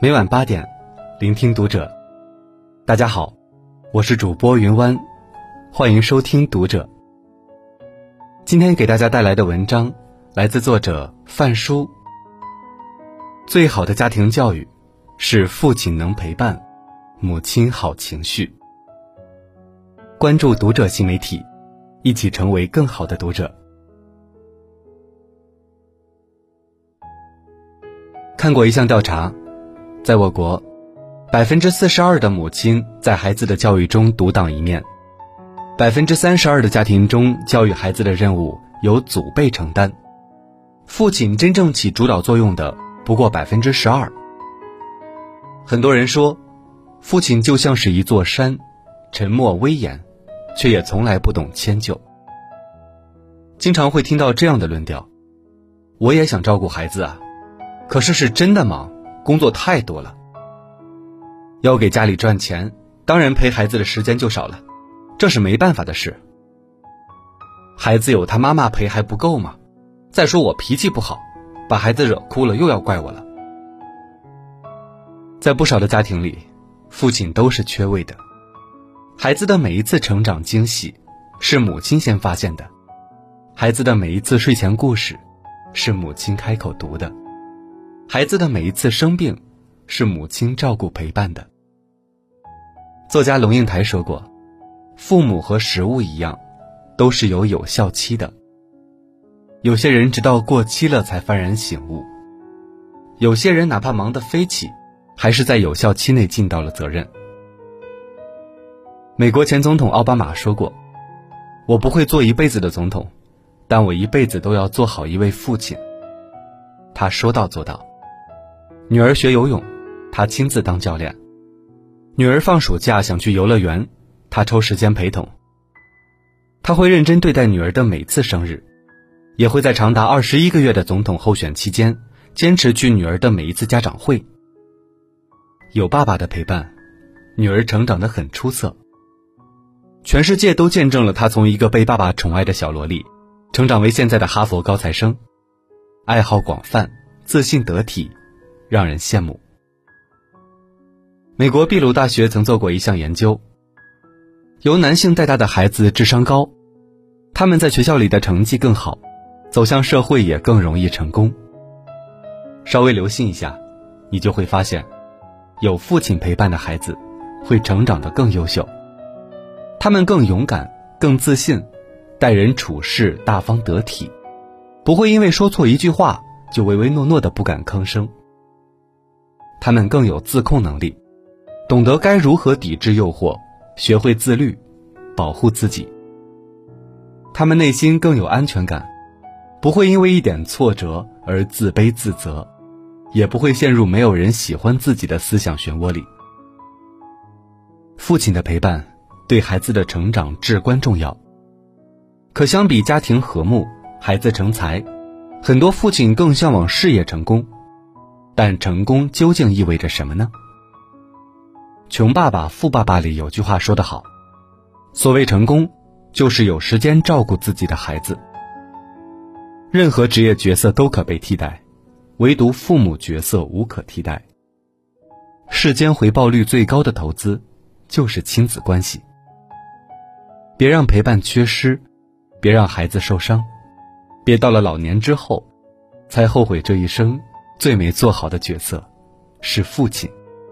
每晚8点，聆听读者。大家好，我是主播云湾，欢迎收听读者。今天给大家带来的文章来自作者范书。最好的家庭教育是父亲能陪伴，母亲好情绪。关注读者新媒体，一起成为更好的读者。看过一项调查，在我国，42%的母亲在孩子的教育中独当一面，32%的家庭中教育孩子的任务由祖辈承担，父亲真正起主导作用的不过12%。很多人说，父亲就像是一座山，沉默威严，却也从来不懂迁就。经常会听到这样的论调：我也想照顾孩子啊，可是真的忙，工作太多了。要给家里赚钱，当然陪孩子的时间就少了，这是没办法的事。孩子有他妈妈陪还不够吗？再说我脾气不好，把孩子惹哭了又要怪我了。在不少的家庭里，父亲都是缺位的。孩子的每一次成长惊喜是母亲先发现的，孩子的每一次睡前故事是母亲开口读的，孩子的每一次生病是母亲照顾陪伴的。作家龙应台说过，父母和食物一样，都是有效期的。有些人直到过期了才幡然醒悟，有些人哪怕忙得飞起，还是在有效期内尽到了责任。美国前总统奥巴马说过，我不会做一辈子的总统，但我一辈子都要做好一位父亲。他说到做到。女儿学游泳，他亲自当教练；女儿放暑假想去游乐园，他抽时间陪同。他会认真对待女儿的每次生日，也会在长达21个月的总统候选期间坚持去女儿的每一次家长会。有爸爸的陪伴，女儿成长得很出色。全世界都见证了她从一个被爸爸宠爱的小萝莉成长为现在的哈佛高材生，爱好广泛，自信得体，让人羡慕。美国秘鲁大学曾做过一项研究，由男性带大的孩子智商高，他们在学校里的成绩更好，走向社会也更容易成功。稍微留心一下，你就会发现，有父亲陪伴的孩子会成长得更优秀，他们更勇敢，更自信，待人处事大方得体，不会因为说错一句话就唯唯诺诺的不敢吭声。他们更有自控能力，懂得该如何抵制诱惑，学会自律，保护自己。他们内心更有安全感，不会因为一点挫折而自卑自责，也不会陷入没有人喜欢自己的思想漩涡里。父亲的陪伴对孩子的成长至关重要。可相比家庭和睦，孩子成才，很多父亲更向往事业成功。但成功究竟意味着什么呢？穷爸爸富爸爸里有句话说得好，所谓成功，就是有时间照顾自己的孩子。任何职业角色都可被替代，唯独父母角色无可替代。世间回报率最高的投资就是亲子关系。别让陪伴缺失，别让孩子受伤，别到了老年之后才后悔这一生最没做好的角色是父亲。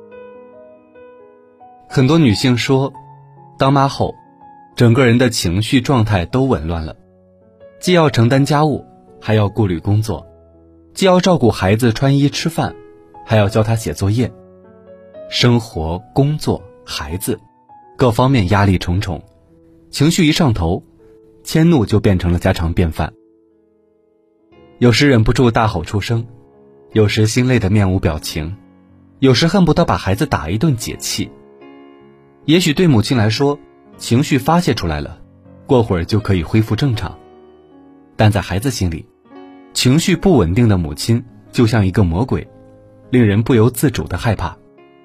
很多女性说，当妈后整个人的情绪状态都紊乱了，既要承担家务，还要顾虑工作，既要照顾孩子穿衣吃饭，还要教他写作业，生活工作孩子各方面压力重重，情绪一上头，迁怒就变成了家常便饭。有时忍不住大吼出声，有时心累得面无表情，有时恨不得把孩子打一顿解气。也许对母亲来说，情绪发泄出来了，过会儿就可以恢复正常。但在孩子心里，情绪不稳定的母亲就像一个魔鬼，令人不由自主的害怕。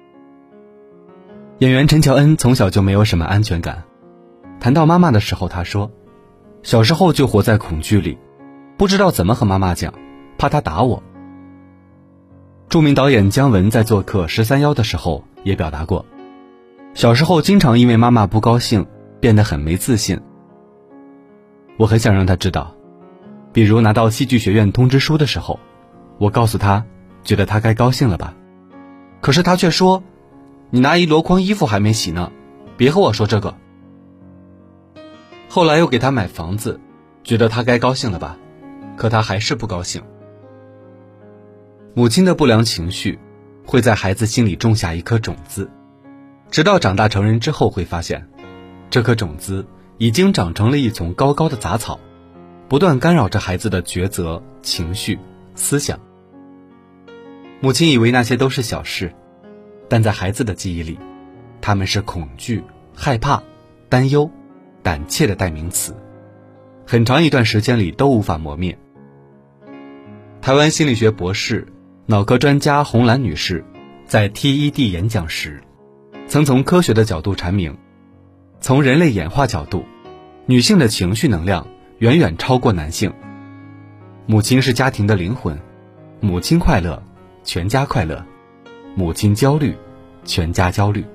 演员陈乔恩从小就没有什么安全感，谈到妈妈的时候，她说，小时候就活在恐惧里，不知道怎么和妈妈讲，怕她打我。 著名导演姜文在做客13邀的时候也表达过，小时候经常因为妈妈不高兴变得很没自信。我很想让他知道，比如拿到戏剧学院通知书的时候，我告诉他觉得他该高兴了吧，可是他却说，你拿一箩筐衣服还没洗呢，别和我说这个。后来又给他买房子，觉得他该高兴了吧，可他还是不高兴。母亲的不良情绪会在孩子心里种下一颗种子，直到长大成人之后会发现，这颗种子已经长成了一丛高高的杂草，不断干扰着孩子的抉择、情绪、思想。母亲以为那些都是小事，但在孩子的记忆里，他们是恐惧、害怕、担忧、胆怯的代名词，很长一段时间里都无法磨灭。台湾心理学博士、脑科专家洪兰女士在 TED 演讲时，曾从科学的角度阐明，从人类演化角度，女性的情绪能量远远超过男性。母亲是家庭的灵魂，母亲快乐，全家快乐；母亲焦虑，全家焦虑。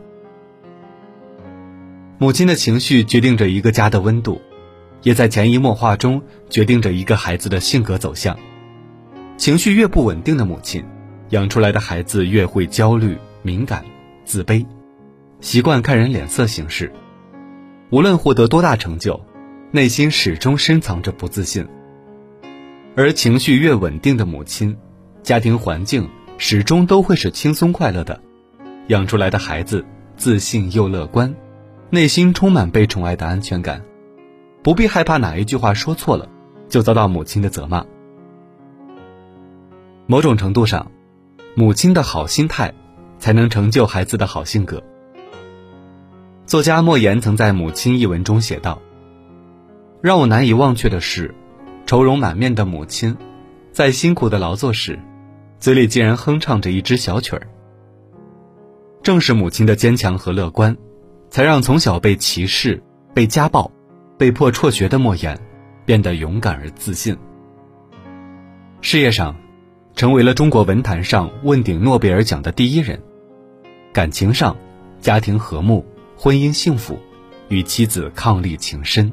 母亲的情绪决定着一个家的温度，也在潜移默化中决定着一个孩子的性格走向。情绪越不稳定的母亲，养出来的孩子越会焦虑、敏感、自卑，习惯看人脸色行事。无论获得多大成就，内心始终深藏着不自信。而情绪越稳定的母亲，家庭环境始终都会是轻松快乐的，养出来的孩子自信又乐观，内心充满被宠爱的安全感，不必害怕哪一句话说错了就遭到母亲的责骂。某种程度上，母亲的好心态才能成就孩子的好性格。作家莫言曾在《母亲》一文中写道，让我难以忘却的是，愁容满面的母亲在辛苦的劳作时，嘴里竟然哼唱着一支小曲儿。正是母亲的坚强和乐观，才让从小被歧视、被家暴、被迫辍学的莫言变得勇敢而自信。事业上成为了中国文坛上问鼎诺贝尔奖的第一人，感情上家庭和睦，婚姻幸福，与妻子伉俪情深。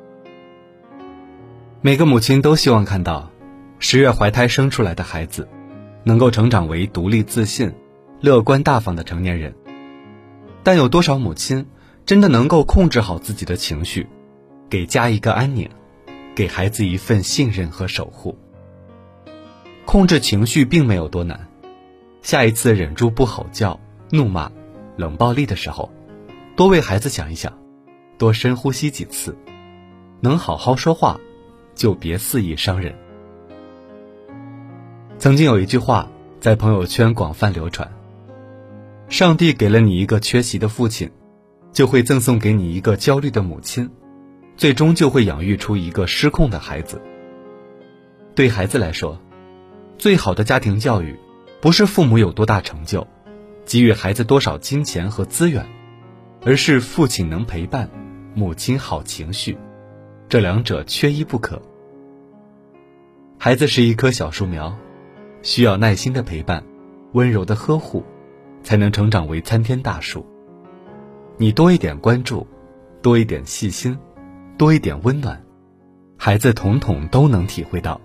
每个母亲都希望看到10月怀胎生出来的孩子能够成长为独立自信、乐观大方的成年人，但有多少母亲真的能够控制好自己的情绪，给家一个安宁，给孩子一份信任和守护？控制情绪并没有多难，下一次忍住不吼叫、怒骂、冷暴力的时候，多为孩子想一想，多深呼吸几次，能好好说话，就别肆意伤人。曾经有一句话在朋友圈广泛流传，上帝给了你一个缺席的父亲，就会赠送给你一个焦虑的母亲，最终就会养育出一个失控的孩子。对孩子来说，最好的家庭教育不是父母有多大成就，给予孩子多少金钱和资源，而是父亲能陪伴，母亲好情绪，这两者缺一不可。孩子是一棵小树苗，需要耐心的陪伴，温柔的呵护，才能成长为参天大树。你多一点关注，多一点细心，多一点温暖，孩子统统都能体会到。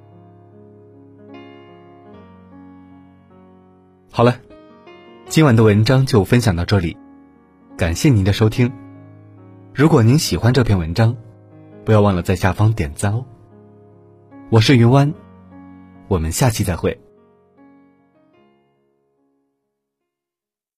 好了，今晚的文章就分享到这里，感谢您的收听。如果您喜欢这篇文章，不要忘了在下方点赞哦。我是云湾，我们下期再会。